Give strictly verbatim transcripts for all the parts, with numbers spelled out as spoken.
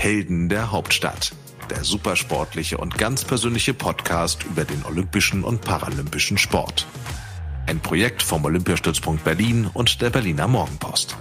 Helden der Hauptstadt. Der supersportliche und ganz persönliche Podcast über den olympischen und paralympischen Sport. Ein Projekt vom Olympiastützpunkt Berlin und der Berliner Morgenpost.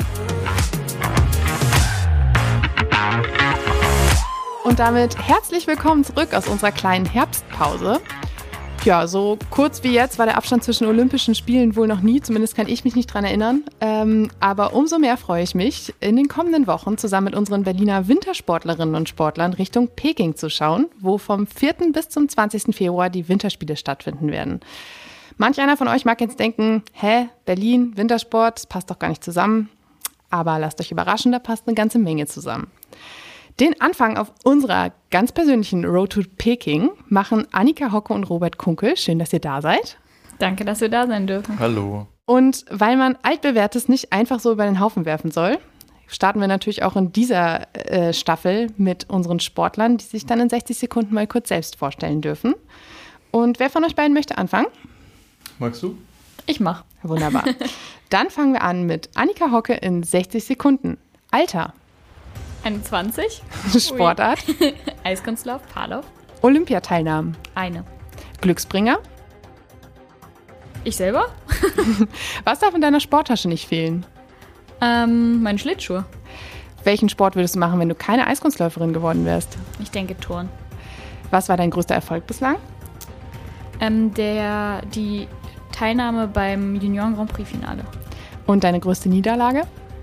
Und damit herzlich willkommen zurück aus unserer kleinen Herbstpause. Ja, so kurz wie jetzt war der Abstand zwischen Olympischen Spielen wohl noch nie, zumindest kann ich mich nicht dran erinnern. Ähm, aber umso mehr freue ich mich, in den kommenden Wochen zusammen mit unseren Berliner Wintersportlerinnen und Sportlern Richtung Peking zu schauen, wo vom vierten bis zum zwanzigsten Februar die Winterspiele stattfinden werden. Manch einer von euch mag jetzt denken, hä, Berlin, Wintersport, das passt doch gar nicht zusammen. Aber lasst euch überraschen, da passt eine ganze Menge zusammen. Den Anfang auf unserer ganz persönlichen Road to Peking machen Annika Hocke und Robert Kunkel. Schön, dass ihr da seid. Danke, dass wir da sein dürfen. Hallo. Und weil man Altbewährtes nicht einfach so über den Haufen werfen soll, starten wir natürlich auch in dieser äh, Staffel mit unseren Sportlern, die sich dann in sechzig Sekunden mal kurz selbst vorstellen dürfen. Und wer von euch beiden möchte anfangen? Magst du? Ich mach. Wunderbar. Dann fangen wir an mit Annika Hocke in sechzig Sekunden. Alter. einundzwanzig. Sportart. Eiskunstlauf, Paarlauf. Olympiateilnahmen. Eine. Glücksbringer. Ich selber? Was darf in deiner Sporttasche nicht fehlen? Ähm, meine Schlittschuhe. Welchen Sport würdest du machen, wenn du keine Eiskunstläuferin geworden wärst? Ich denke Turnen. Was war dein größter Erfolg bislang? Ähm, der, die Teilnahme beim Junioren Grand Prix Finale. Und deine größte Niederlage?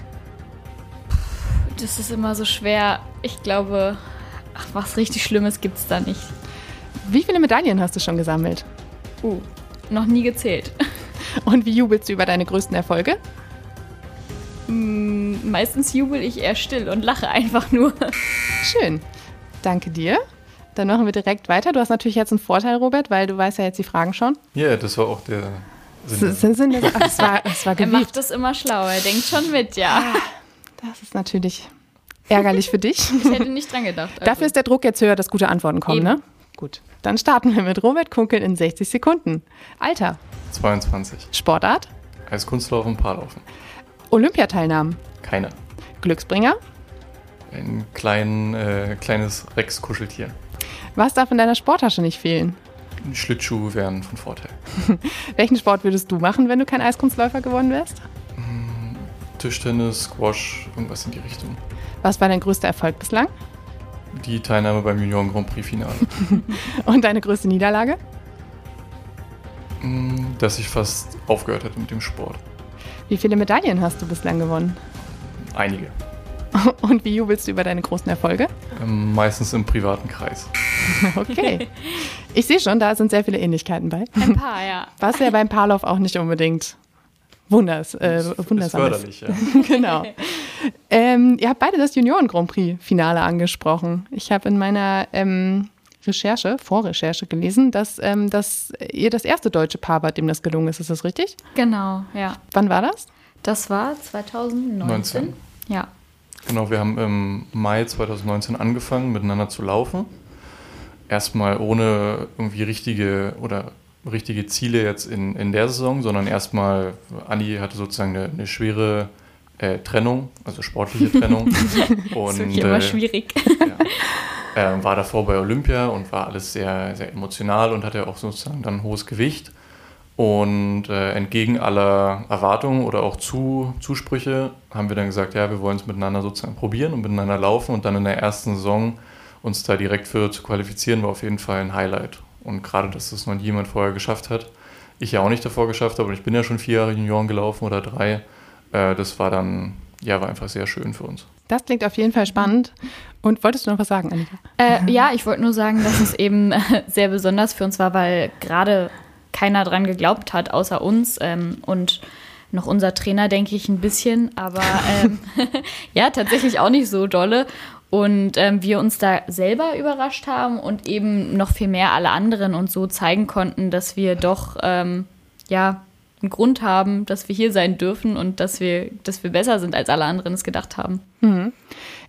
Das ist immer so schwer. Ich glaube, ach, was richtig Schlimmes gibt's da nicht. Wie viele Medaillen hast du schon gesammelt? Uh, noch nie gezählt. Und wie jubelst du über deine größten Erfolge? Mm, meistens jubel ich eher still und lache einfach nur. Schön. Danke dir. Dann machen wir direkt weiter. Du hast natürlich jetzt einen Vorteil, Robert, weil du weißt ja jetzt die Fragen schon. Ja, yeah, das war auch der Sinn. S- Sinn des, ach, es war, es war Er gewieft. macht das immer schlau. Er denkt schon mit, ja. Das ist natürlich ärgerlich für dich. Ich hätte nicht dran gedacht. Also. Dafür ist der Druck jetzt höher, dass gute Antworten kommen, Eben. ne? Gut. Dann starten wir mit Robert Kunkel in sechzig Sekunden. Alter. zweiundzwanzig. Sportart. Eiskunstlaufen und Paarlaufen. Olympiateilnahmen. Keine. Glücksbringer. Ein klein, äh, kleines Rex-Kuscheltier. Was darf in deiner Sporttasche nicht fehlen? Schlittschuhe wären von Vorteil. Welchen Sport würdest du machen, wenn du kein Eiskunstläufer geworden wärst? Tischtennis, Squash, irgendwas in die Richtung. Was war dein größter Erfolg bislang? Die Teilnahme beim Junioren Grand Prix Finale. Und deine größte Niederlage? Dass ich fast aufgehört hätte mit dem Sport. Wie viele Medaillen hast du bislang gewonnen? Einige. Und wie jubelst du über deine großen Erfolge? Ähm, meistens im privaten Kreis. Okay. Ich sehe schon, da sind sehr viele Ähnlichkeiten bei. Ein paar, ja. Was ja beim Paarlauf auch nicht unbedingt wunders, äh, wundersam ist. Ist förderlich, ja. Genau. Ähm, ihr habt beide das Junioren Grand Prix Finale angesprochen. Ich habe in meiner ähm, Recherche, Vorrecherche gelesen, dass, ähm, dass ihr das erste deutsche Paar wart, dem das gelungen ist. Ist das richtig? Genau, ja. Wann war das? Das war zwanzig neunzehn. neunzehn. Ja. Genau, wir haben im Mai zwanzig neunzehn angefangen, miteinander zu laufen. Erstmal ohne irgendwie richtige oder richtige Ziele jetzt in, in der Saison, sondern erstmal, Anni hatte sozusagen eine, eine schwere äh, Trennung, also sportliche Trennung. Und, und ist wirklich immer äh, schwierig. Ja, äh, war davor bei Olympia und war alles sehr, sehr emotional und hatte auch sozusagen dann ein hohes Gewicht. Und äh, entgegen aller Erwartungen oder auch zu, Zusprüche haben wir dann gesagt, ja, wir wollen es miteinander sozusagen probieren und miteinander laufen. Und dann in der ersten Saison uns da direkt für zu qualifizieren, war auf jeden Fall ein Highlight. Und gerade, dass das noch nie jemand vorher geschafft hat. Ich ja auch nicht davor geschafft habe, aber ich bin ja schon vier Jahre Junioren gelaufen oder drei. Äh, das war dann, ja, war einfach sehr schön für uns. Das klingt auf jeden Fall spannend. Und wolltest du noch was sagen, Annika? Äh, ja, ich wollte nur sagen, dass es eben äh, sehr besonders für uns war, weil gerade keiner dran geglaubt hat, außer uns ähm, und noch unser Trainer, denke ich, ein bisschen, aber ähm, ja, tatsächlich auch nicht so dolle. Und ähm, wir uns da selber überrascht haben und eben noch viel mehr alle anderen und so zeigen konnten, dass wir doch ähm, ja, einen Grund haben, dass wir hier sein dürfen und dass wir, dass wir besser sind, als alle anderen es gedacht haben. Mhm.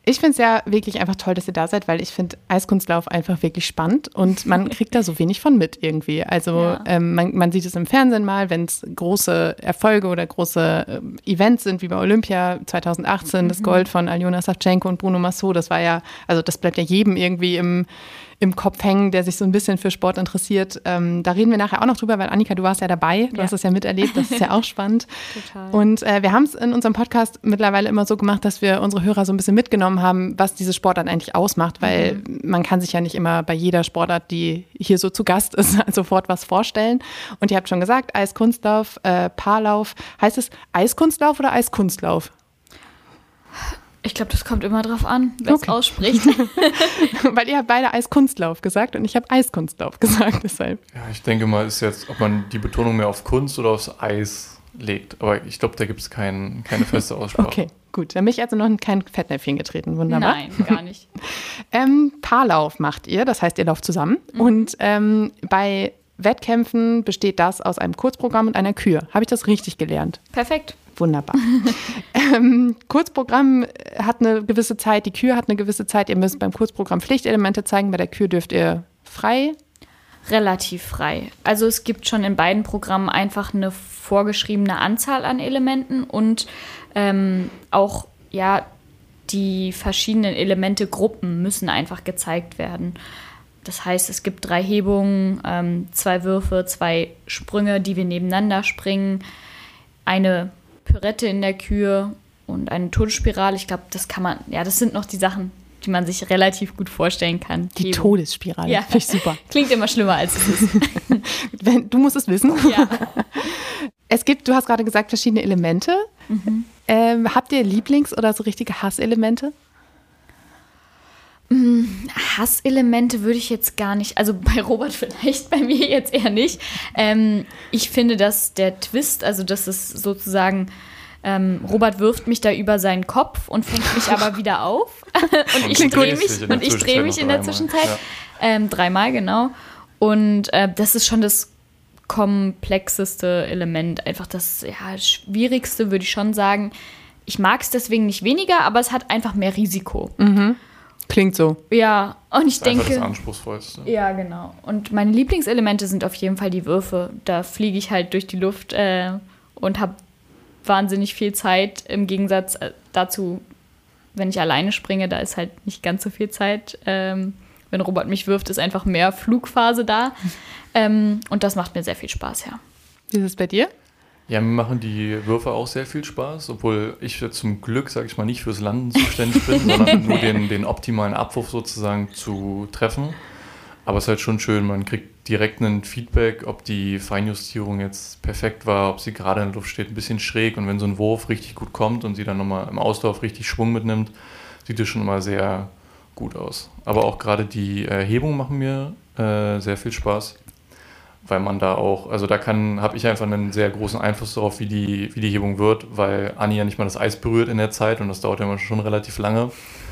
Ich finde es ja wirklich einfach toll, dass ihr da seid, weil ich finde Eiskunstlauf einfach wirklich spannend und man kriegt da so wenig von mit irgendwie. Also ja. ähm, man, man sieht es im Fernsehen mal, wenn es große Erfolge oder große äh, Events sind, wie bei Olympia zwanzig achtzehn, mhm. das Gold von Aljona Savchenko und Bruno Massot, das war ja, also das bleibt ja jedem irgendwie im im Kopf hängen, der sich so ein bisschen für Sport interessiert. Ähm, da reden wir nachher auch noch drüber, weil Annika, du warst ja dabei, du ja. hast es ja miterlebt, das ist ja auch spannend. Total. Und äh, wir haben es in unserem Podcast mittlerweile immer so gemacht, dass wir unsere Hörer so ein bisschen mitgenommen haben, was diese Sportart eigentlich ausmacht, weil mhm. man kann sich ja nicht immer bei jeder Sportart, die hier so zu Gast ist, sofort was vorstellen. Und ihr habt schon gesagt, Eiskunstlauf, äh, Paarlauf. Heißt es Eiskunstlauf oder Eiskunstlauf? Ich glaube, das kommt immer drauf an, wer es okay. ausspricht. Weil ihr habt beide Eiskunstlauf gesagt und ich habe Eiskunstlauf gesagt, deshalb. Ja, ich denke mal, ist jetzt, ob man die Betonung mehr auf Kunst oder aufs Eis legt. Aber ich glaube, da gibt es kein, keine feste Aussprache. Okay, gut. Dann bin ich also noch in kein Fettnäpfchen getreten. Wunderbar. Nein, gar nicht. ähm, Paarlauf macht ihr, das heißt, ihr lauft zusammen. Mhm. Und ähm, bei Wettkämpfen besteht das aus einem Kurzprogramm und einer Kür. Habe ich das richtig gelernt? Perfekt. Wunderbar. ähm, Kurzprogramm hat eine gewisse Zeit, die Kür hat eine gewisse Zeit. Ihr müsst beim Kurzprogramm Pflichtelemente zeigen, bei der Kür dürft ihr frei. Relativ frei. Also es gibt schon in beiden Programmen einfach eine vorgeschriebene Anzahl an Elementen und ähm, auch ja die verschiedenen Elemente-Gruppen müssen einfach gezeigt werden. Das heißt, es gibt drei Hebungen, ähm, zwei Würfe, zwei Sprünge, die wir nebeneinander springen, eine Pirouette in der Kür und eine Todesspirale. Ich glaube, das kann man, ja, das sind noch die Sachen, die man sich relativ gut vorstellen kann. Die Hebung. Todesspirale, ja. Finde ich super. Klingt immer schlimmer, als es ist. Wenn, du musst es wissen. Ja. Es gibt, du hast gerade gesagt, verschiedene Elemente. Mhm. Ähm, habt ihr Lieblings- oder so richtige Hasselemente? Hasselemente würde ich jetzt gar nicht, also bei Robert vielleicht, bei mir jetzt eher nicht. Ähm, ich finde, dass der Twist, also das ist sozusagen, ähm, Robert wirft mich da über seinen Kopf und fängt mich aber wieder auf. und, und ich drehe mich, und ich drehe mich in der Zwischenzeit. Ja. Ähm, dreimal, genau. Und äh, das ist schon das komplexeste Element, einfach das ja, schwierigste, würde ich schon sagen. Ich mag es deswegen nicht weniger, aber es hat einfach mehr Risiko. Mhm. Klingt so. Ja, und ich das ist denke. Das Anspruchsvollste. Ja, genau. Und meine Lieblingselemente sind auf jeden Fall die Würfe. Da fliege ich halt durch die Luft äh, und habe wahnsinnig viel Zeit. Im Gegensatz dazu, wenn ich alleine springe, da ist halt nicht ganz so viel Zeit. Ähm, wenn Robert mich wirft, ist einfach mehr Flugphase da. Ähm, und das macht mir sehr viel Spaß, ja. Wie ist es bei dir? Ja, mir machen die Würfe auch sehr viel Spaß, obwohl ich zum Glück, sage ich mal, nicht fürs Landen zuständig bin, sondern nur den, den optimalen Abwurf sozusagen zu treffen. Aber es ist halt schon schön, man kriegt direkt ein Feedback, ob die Feinjustierung jetzt perfekt war, ob sie gerade in der Luft steht, ein bisschen schräg. Und wenn so ein Wurf richtig gut kommt und sie dann nochmal im Auslauf richtig Schwung mitnimmt, sieht es schon immer sehr gut aus. Aber auch gerade die äh, Hebungen machen mir äh, sehr viel Spaß. Weil man da auch, also da kann, habe ich einfach einen sehr großen Einfluss darauf, wie die, wie die Hebung wird, weil Anni ja nicht mal das Eis berührt in der Zeit und das dauert ja schon relativ lange.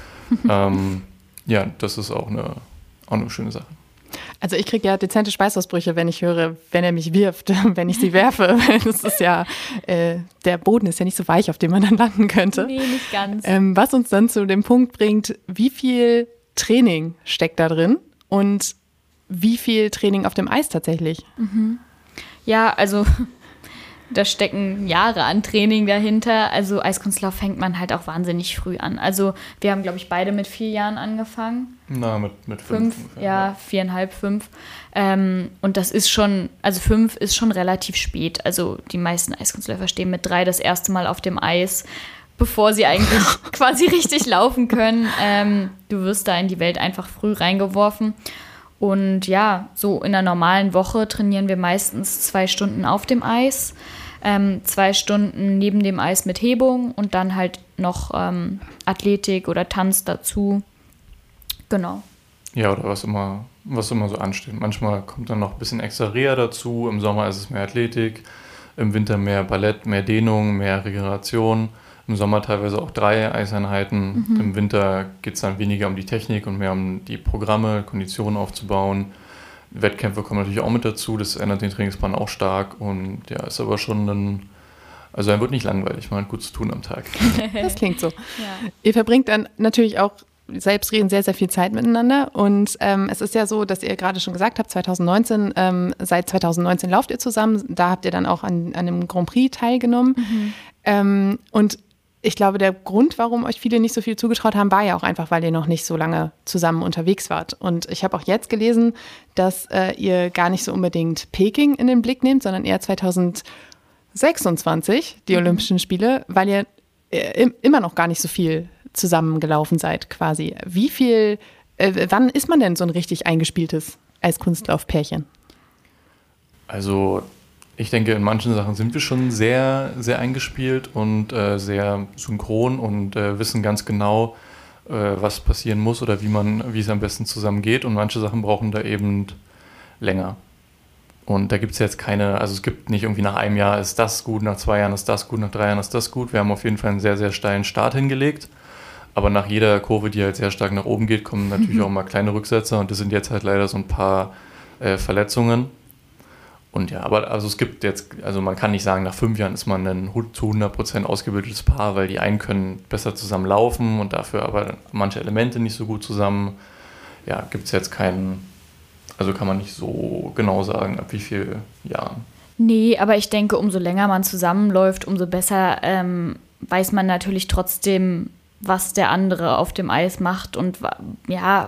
ähm, ja, das ist auch eine, auch eine schöne Sache. Also ich kriege ja dezente Schweißausbrüche, wenn ich höre, wenn er mich wirft, wenn ich sie werfe. Das ist ja, äh, der Boden ist ja nicht so weich, auf dem man dann landen könnte. Nee, nicht ganz. Ähm, was uns dann zu dem Punkt bringt, wie viel Training steckt da drin und wie viel Training auf dem Eis tatsächlich? Mhm. Ja, also da stecken Jahre an Training dahinter. Also Eiskunstlauf fängt man halt auch wahnsinnig früh an. Also wir haben, glaube ich, beide mit vier Jahren angefangen. Na, mit, mit fünf. Fünf, ja, viereinhalb, fünf. Ähm, und das ist schon, also fünf ist schon relativ spät. Also die meisten Eiskunstläufer stehen mit drei das erste Mal auf dem Eis, bevor sie eigentlich quasi richtig laufen können. Ähm, du wirst da in die Welt einfach früh reingeworfen. Und ja, so in einer normalen Woche trainieren wir meistens zwei Stunden auf dem Eis, ähm, zwei Stunden neben dem Eis mit Hebung und dann halt noch ähm, Athletik oder Tanz dazu. Genau. Ja, oder was immer, was immer so ansteht. Manchmal kommt dann noch ein bisschen extra Reha dazu. Im Sommer ist es mehr Athletik, im Winter mehr Ballett, mehr Dehnung, mehr Regeneration. Im Sommer teilweise auch drei Eiseinheiten. Mhm. Im Winter geht es dann weniger um die Technik und mehr um die Programme, Konditionen aufzubauen. Wettkämpfe kommen natürlich auch mit dazu. Das ändert den Trainingsplan auch stark. Und ja, ist aber schon ein, Also dann wird nicht langweilig, man hat gut zu tun am Tag. Das klingt so. Ja. Ihr verbringt dann natürlich auch selbstredend sehr, sehr viel Zeit miteinander und ähm, es ist ja so, dass ihr gerade schon gesagt habt, zwanzig neunzehn, ähm, seit zwanzig neunzehn lauft ihr zusammen, da habt ihr dann auch an, an einem Grand Prix teilgenommen mhm. ähm, und ich glaube, der Grund, warum euch viele nicht so viel zugetraut haben, war ja auch einfach, weil ihr noch nicht so lange zusammen unterwegs wart. Und ich habe auch jetzt gelesen, dass äh, ihr gar nicht so unbedingt Peking in den Blick nehmt, sondern eher zwanzig sechsundzwanzig, die mhm. Olympischen Spiele, weil ihr äh, immer noch gar nicht so viel zusammengelaufen seid quasi. Wie viel, äh, wann ist man denn so ein richtig eingespieltes Eiskunstlaufpärchen? Also ich denke, in manchen Sachen sind wir schon sehr, sehr eingespielt und äh, sehr synchron und äh, wissen ganz genau, äh, was passieren muss oder wie man, wie es am besten zusammengeht. Und manche Sachen brauchen da eben länger. Und da gibt es jetzt keine, also es gibt nicht irgendwie nach einem Jahr ist das gut, nach zwei Jahren ist das gut, nach drei Jahren ist das gut. Wir haben auf jeden Fall einen sehr, sehr steilen Start hingelegt. Aber nach jeder Kurve, die halt sehr stark nach oben geht, kommen natürlich auch mal kleine Rücksetzer. Und das sind jetzt halt leider so ein paar äh, Verletzungen. Und ja, aber also es gibt jetzt, also man kann nicht sagen, nach fünf Jahren ist man ein zu hundert Prozent ausgebildetes Paar, weil die einen können besser zusammen laufen und dafür aber manche Elemente nicht so gut zusammen. Ja, gibt es jetzt keinen, also kann man nicht so genau sagen, ab wie vielen Jahren. Nee, aber ich denke, umso länger man zusammenläuft, umso besser ähm, weiß man natürlich trotzdem, was der andere auf dem Eis macht und ja,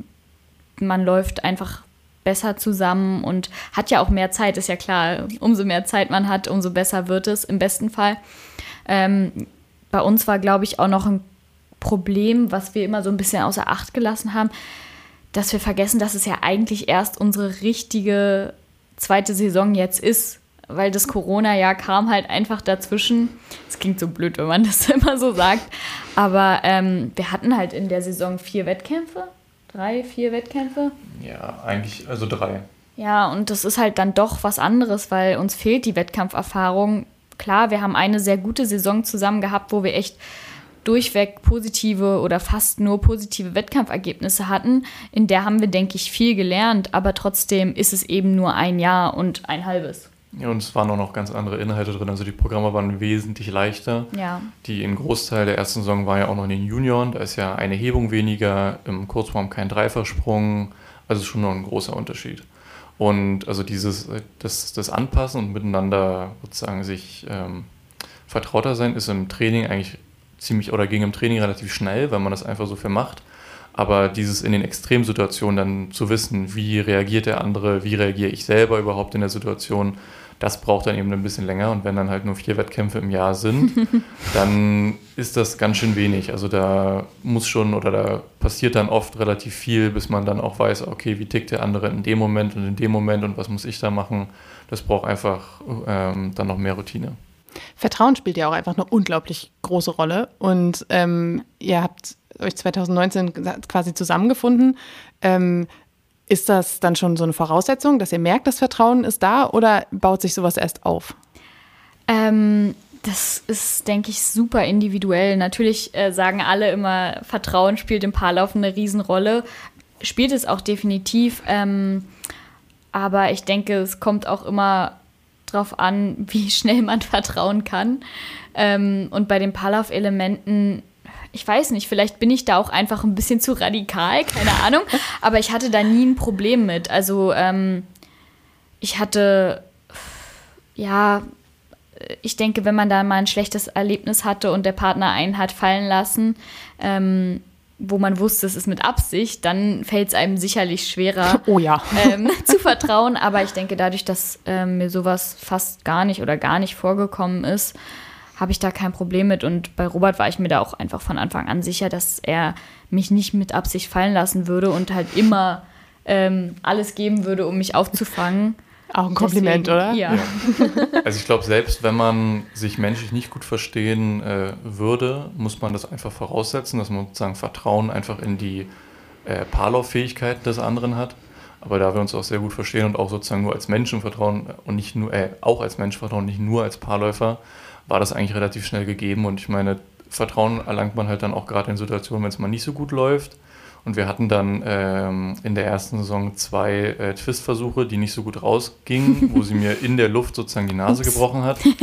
man läuft einfach besser zusammen und hat ja auch mehr Zeit, ist ja klar. Umso mehr Zeit man hat, umso besser wird es im besten Fall. Ähm, bei uns war, glaube ich, auch noch ein Problem, was wir immer so ein bisschen außer Acht gelassen haben, dass wir vergessen, dass es ja eigentlich erst unsere richtige zweite Saison jetzt ist, weil das Corona-Jahr kam halt einfach dazwischen. Es klingt so blöd, wenn man das immer so sagt, aber ähm, wir hatten halt in der Saison vier Wettkämpfe. Drei, vier Wettkämpfe? Ja, eigentlich, also drei. Ja, und das ist halt dann doch was anderes, weil uns fehlt die Wettkampferfahrung. Klar, wir haben eine sehr gute Saison zusammen gehabt, wo wir echt durchweg positive oder fast nur positive Wettkampfergebnisse hatten. In der haben wir, denke ich, viel gelernt, aber trotzdem ist es eben nur ein Jahr und ein halbes. Ja, und es waren auch noch ganz andere Inhalte drin. Also die Programme waren wesentlich leichter. Ja. Die ein Großteil der ersten Saison war ja auch noch in den Junioren. Da ist ja eine Hebung weniger, im Kurzform kein Dreifachsprung. Also schon noch ein großer Unterschied. Und also dieses das, das Anpassen und miteinander sozusagen sich ähm, vertrauter sein, ist im Training eigentlich ziemlich, oder ging im Training relativ schnell, weil man das einfach so viel macht. Aber dieses in den Extremsituationen dann zu wissen, wie reagiert der andere, wie reagiere ich selber überhaupt in der Situation, das braucht dann eben ein bisschen länger. Und wenn dann halt nur vier Wettkämpfe im Jahr sind, dann ist das ganz schön wenig. Also da muss schon, oder da passiert dann oft relativ viel, bis man dann auch weiß, okay, wie tickt der andere in dem Moment und in dem Moment und was muss ich da machen. Das braucht einfach ähm, dann noch mehr Routine. Vertrauen spielt ja auch einfach eine unglaublich große Rolle. Und ähm, ihr habt euch zwanzig neunzehn quasi zusammengefunden. Ähm, ist das dann schon so eine Voraussetzung, dass ihr merkt, das Vertrauen ist da, oder baut sich sowas erst auf? Ähm, das ist, denke ich, super individuell. Natürlich äh, sagen alle immer, Vertrauen spielt im Paarlaufen eine Riesenrolle. Spielt es auch definitiv. Ähm, aber ich denke, es kommt auch immer drauf an, wie schnell man vertrauen kann. Ähm, und bei den Paarlaufelementen, ich weiß nicht, vielleicht bin ich da auch einfach ein bisschen zu radikal, keine Ahnung, aber ich hatte da nie ein Problem mit. Also ähm, ich hatte, ja, ich denke, wenn man da mal ein schlechtes Erlebnis hatte und der Partner einen hat fallen lassen, ähm, wo man wusste, es ist mit Absicht, dann fällt es einem sicherlich schwerer, oh ja. ähm, zu vertrauen. Aber ich denke, dadurch, dass ähm, mir sowas fast gar nicht oder gar nicht vorgekommen ist, habe ich da kein Problem mit. Und bei Robert war ich mir da auch einfach von Anfang an sicher, dass er mich nicht mit Absicht fallen lassen würde und halt immer ähm, alles geben würde, um mich aufzufangen. Auch ein Kompliment, Deswegen, oder? Ja. Ja. Also ich glaube, selbst wenn man sich menschlich nicht gut verstehen äh, würde, muss man das einfach voraussetzen, dass man sozusagen Vertrauen einfach in die äh, Paarlauffähigkeiten des anderen hat. Aber da wir uns auch sehr gut verstehen und auch sozusagen nur als Menschen vertrauen und nicht nur, äh, auch als Mensch vertrauen, nicht nur als Paarläufer, war das eigentlich relativ schnell gegeben. Und ich meine, Vertrauen erlangt man halt dann auch gerade in Situationen, wenn es mal nicht so gut läuft. Und wir hatten dann ähm, in der ersten Saison zwei äh, Twist-Versuche, die nicht so gut rausgingen, wo sie mir in der Luft sozusagen die Nase gebrochen hat.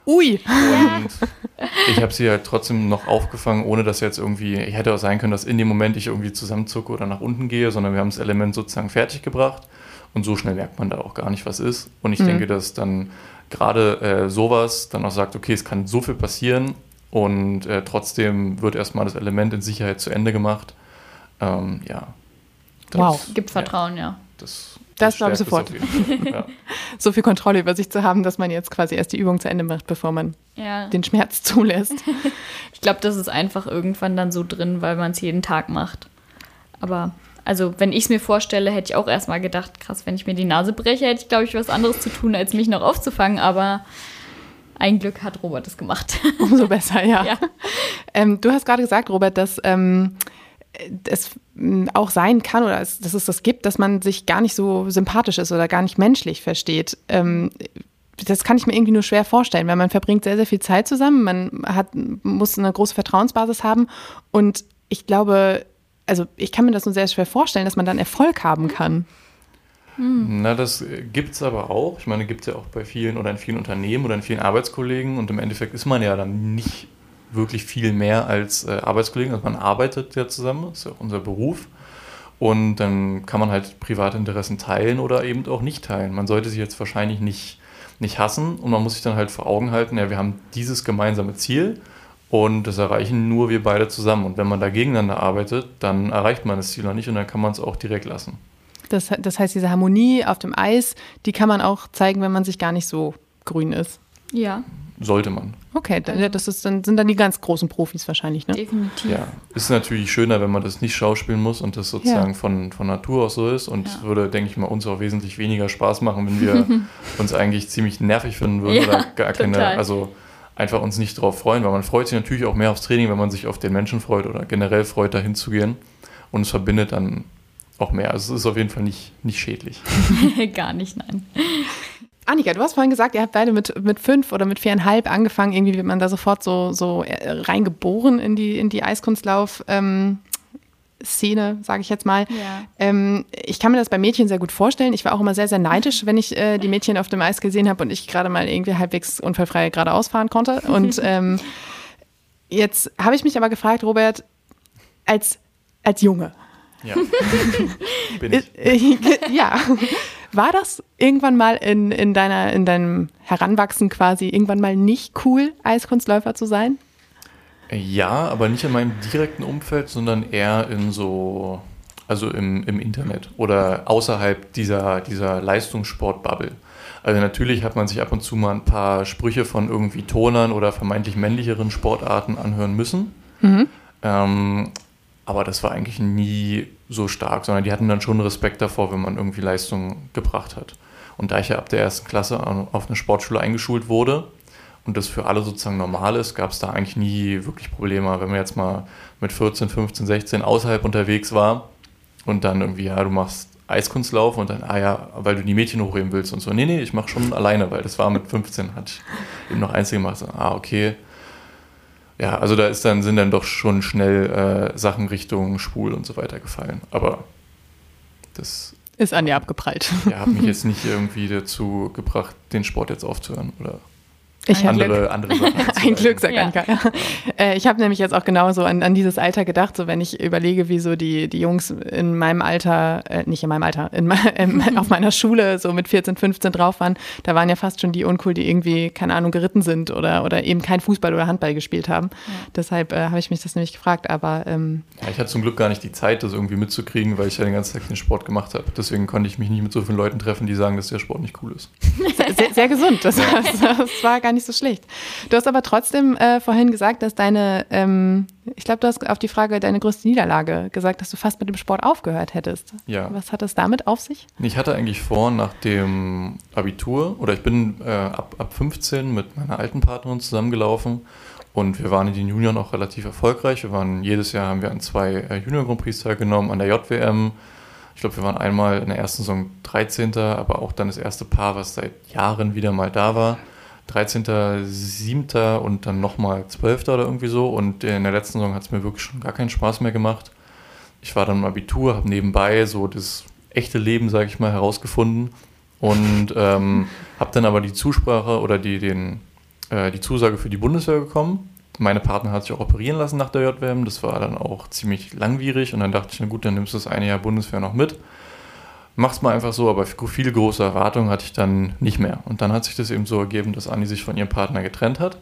Ui. Und ich habe sie halt trotzdem noch aufgefangen, ohne dass jetzt irgendwie, ich hätte auch sein können, dass in dem Moment ich irgendwie zusammenzucke oder nach unten gehe, sondern wir haben das Element sozusagen fertig gebracht und so schnell merkt man da auch gar nicht, was ist. Und ich mhm. denke, dass dann gerade äh, sowas dann auch sagt, okay, es kann so viel passieren und äh, trotzdem wird erstmal das Element in Sicherheit zu Ende gemacht. Ähm, ja. Das, wow, gibt Vertrauen, ja. ja. Das, das, das glaube ich sofort. Ja. So viel Kontrolle über sich zu haben, dass man jetzt quasi erst die Übung zu Ende macht, bevor man ja. den Schmerz zulässt. Ich glaube, das ist einfach irgendwann dann so drin, weil man es jeden Tag macht. Aber also, wenn ich es mir vorstelle, hätte ich auch erstmal gedacht, krass, wenn ich mir die Nase breche, hätte ich, glaube ich, was anderes zu tun, als mich noch aufzufangen. Aber ein Glück hat Robert es gemacht. Umso besser, ja. ja. Ähm, du hast gerade gesagt, Robert, dass ähm, es auch sein kann oder es, dass es das gibt, dass man sich gar nicht so sympathisch ist oder gar nicht menschlich versteht. Ähm, das kann ich mir irgendwie nur schwer vorstellen, weil man verbringt sehr, sehr viel Zeit zusammen, man hat, muss eine große Vertrauensbasis haben und ich glaube, also ich kann mir das nur sehr schwer vorstellen, dass man dann Erfolg haben kann. Hm. Na, das gibt es aber auch. Ich meine, gibt es ja auch bei vielen oder in vielen Unternehmen oder in vielen Arbeitskollegen und im Endeffekt ist man ja dann nicht wirklich viel mehr als äh, Arbeitskollegen. Also man arbeitet ja zusammen, das ist ja auch unser Beruf. Und dann kann man halt private Interessen teilen oder eben auch nicht teilen. Man sollte sich jetzt wahrscheinlich nicht, nicht hassen und man muss sich dann halt vor Augen halten, ja, wir haben dieses gemeinsame Ziel und das erreichen nur wir beide zusammen. Und wenn man da gegeneinander arbeitet, dann erreicht man das Ziel noch nicht und dann kann man es auch direkt lassen. Das, das heißt, diese Harmonie auf dem Eis, die kann man auch zeigen, wenn man sich gar nicht so grün ist. Ja. Sollte man. Okay, das ist dann, sind dann die ganz großen Profis wahrscheinlich, ne? Definitiv. Ja, ist natürlich schöner, wenn man das nicht schauspielen muss und das sozusagen ja. von, von Natur aus so ist und es ja. würde, denke ich mal, uns auch wesentlich weniger Spaß machen, wenn wir uns eigentlich ziemlich nervig finden würden ja, oder gar keine, total. also einfach uns nicht drauf freuen, weil man freut sich natürlich auch mehr aufs Training, wenn man sich auf den Menschen freut oder generell freut, dahin zu gehen und es verbindet dann auch mehr. Also es ist auf jeden Fall nicht, nicht schädlich. Gar nicht, nein. Annika, du hast vorhin gesagt, ihr habt beide mit, mit fünf oder mit viereinhalb angefangen. Irgendwie wird man da sofort so, so reingeboren in die, in die Eiskunstlauf- ähm, Szene, sage ich jetzt mal. Ja. Ähm, ich kann mir das bei Mädchen sehr gut vorstellen. Ich war auch immer sehr, sehr neidisch, wenn ich äh, die Mädchen auf dem Eis gesehen habe und ich gerade mal irgendwie halbwegs unfallfrei geradeaus fahren konnte. Und ähm, jetzt habe ich mich aber gefragt, Robert, als, als Junge. Ja, bin ich. Ja. War das irgendwann mal in, in, deiner, in deinem Heranwachsen quasi irgendwann mal nicht cool, Eiskunstläufer zu sein? Ja, aber nicht in meinem direkten Umfeld, sondern eher in so, also im, im Internet oder außerhalb dieser, dieser Leistungssport-Bubble. Also natürlich hat man sich ab und zu mal ein paar Sprüche von irgendwie Turnern oder vermeintlich männlicheren Sportarten anhören müssen. Mhm. Ähm, aber das war eigentlich nie so stark, sondern die hatten dann schon Respekt davor, wenn man irgendwie Leistung gebracht hat. Und da ich ja ab der ersten Klasse auf eine Sportschule eingeschult wurde und das für alle sozusagen normal ist, gab es da eigentlich nie wirklich Probleme. Wenn man jetzt mal mit vierzehn, fünfzehn, sechzehn außerhalb unterwegs war und dann irgendwie, ja, du machst Eiskunstlauf und dann, ah ja, weil du die Mädchen hochheben willst und so. Nee, nee, ich mache schon alleine, weil das war mit fünfzehn, hatte ich eben noch Einzel gemacht. So, ah, okay. Ja, also da ist dann, sind dann doch schon schnell äh, Sachen Richtung schwul und so weiter gefallen. Aber das ist an dir abgeprallt. Ja, hat mich jetzt nicht irgendwie dazu gebracht, den Sport jetzt aufzuhören oder ich andere, andere Sachen. Ein Glück, sagt ja. Annika. Ja. Äh, ich habe nämlich jetzt auch genauso an, an dieses Alter gedacht, so wenn ich überlege, wie so die, die Jungs in meinem Alter, äh, nicht in meinem Alter, in, in, auf meiner Schule so mit vierzehn, fünfzehn drauf waren, da waren ja fast schon die uncool, die irgendwie, keine Ahnung, geritten sind oder, oder eben kein Fußball oder Handball gespielt haben. Ja. Deshalb äh, habe ich mich das nämlich gefragt, aber ähm, ja, ich hatte zum Glück gar nicht die Zeit, das irgendwie mitzukriegen, weil ich ja den ganzen Tag den Sport gemacht habe. Deswegen konnte ich mich nicht mit so vielen Leuten treffen, die sagen, dass der Sport nicht cool ist. Sehr, sehr, sehr gesund, das, das, das war gar nicht so schlecht. Du hast aber trotzdem äh, vorhin gesagt, dass deine, ähm, ich glaube, du hast auf die Frage deine größte Niederlage gesagt, dass du fast mit dem Sport aufgehört hättest. Ja. Was hat das damit auf sich? Ich hatte eigentlich vor, nach dem Abitur, oder ich bin äh, ab, ab fünfzehn mit meiner alten Partnerin zusammengelaufen und wir waren in den Junioren auch relativ erfolgreich. Wir waren, jedes Jahr haben wir an zwei äh, Junior-Grand Prix teilgenommen, an der J W M. Ich glaube, wir waren einmal in der ersten Saison dreizehnter, aber auch dann das erste Paar, was seit Jahren wieder mal da war. dreizehnter, siebter und dann nochmal zwölfter oder irgendwie so. Und in der letzten Saison hat es mir wirklich schon gar keinen Spaß mehr gemacht. Ich war dann im Abitur, habe nebenbei so das echte Leben, sage ich mal, herausgefunden und ähm, habe dann aber die Zusprache oder die, den, äh, die Zusage für die Bundeswehr bekommen. Meine Partnerin hat sich auch operieren lassen nach der J W M. Das war dann auch ziemlich langwierig und dann dachte ich, na gut, dann nimmst du das eine Jahr Bundeswehr noch mit. Mach's mal einfach so, aber viele große Erwartungen hatte ich dann nicht mehr. Und dann hat sich das eben so ergeben, dass Anni sich von ihrem Partner getrennt hat.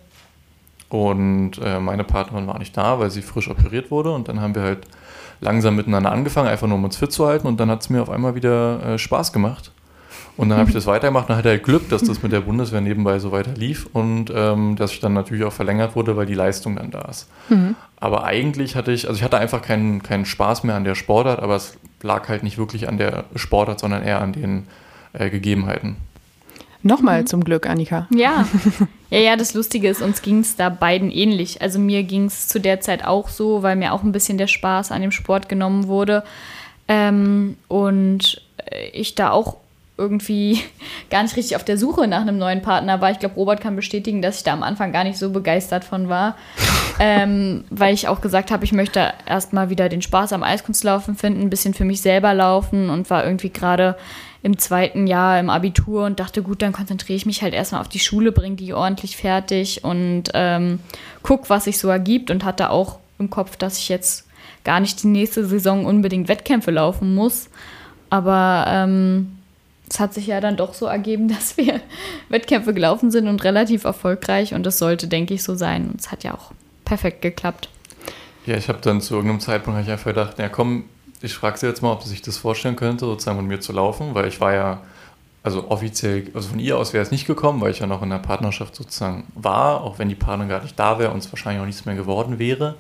Und äh, meine Partnerin war nicht da, weil sie frisch operiert wurde. Und dann haben wir halt langsam miteinander angefangen, einfach nur um uns fit zu halten. Und dann hat es mir auf einmal wieder äh, Spaß gemacht. Und dann habe ich das weitergemacht. Dann hatte er Glück, dass das mit der Bundeswehr nebenbei so weiter lief. Und ähm, dass ich dann natürlich auch verlängert wurde, weil die Leistung dann da ist. Mhm. Aber eigentlich hatte ich, also ich hatte einfach keinen, keinen Spaß mehr an der Sportart, aber es lag halt nicht wirklich an der Sportart, sondern eher an den äh, Gegebenheiten. Nochmal mhm. zum Glück, Annika. Ja. ja, ja, das Lustige ist, uns ging es da beiden ähnlich. Also mir ging es zu der Zeit auch so, weil mir auch ein bisschen der Spaß an dem Sport genommen wurde. Ähm, und ich da auch irgendwie gar nicht richtig auf der Suche nach einem neuen Partner war. Ich glaube, Robert kann bestätigen, dass ich da am Anfang gar nicht so begeistert von war, ähm, weil ich auch gesagt habe, ich möchte erstmal wieder den Spaß am Eiskunstlaufen finden, ein bisschen für mich selber laufen und war irgendwie gerade im zweiten Jahr im Abitur und dachte, gut, dann konzentriere ich mich halt erstmal auf die Schule, bringe die ordentlich fertig und ähm, guck, was sich so ergibt und hatte auch im Kopf, dass ich jetzt gar nicht die nächste Saison unbedingt Wettkämpfe laufen muss, aber ähm, es hat sich ja dann doch so ergeben, dass wir Wettkämpfe gelaufen sind und relativ erfolgreich und das sollte, denke ich, so sein. Und es hat ja auch perfekt geklappt. Ja, ich habe dann zu irgendeinem Zeitpunkt ich einfach gedacht, ja komm, ich frage sie jetzt mal, ob sie sich das vorstellen könnte, sozusagen mit mir zu laufen, weil ich war ja, also offiziell, also von ihr aus wäre es nicht gekommen, weil ich ja noch in der Partnerschaft sozusagen war, auch wenn die Partnerin gar nicht da wäre und es wahrscheinlich auch nichts mehr geworden wäre.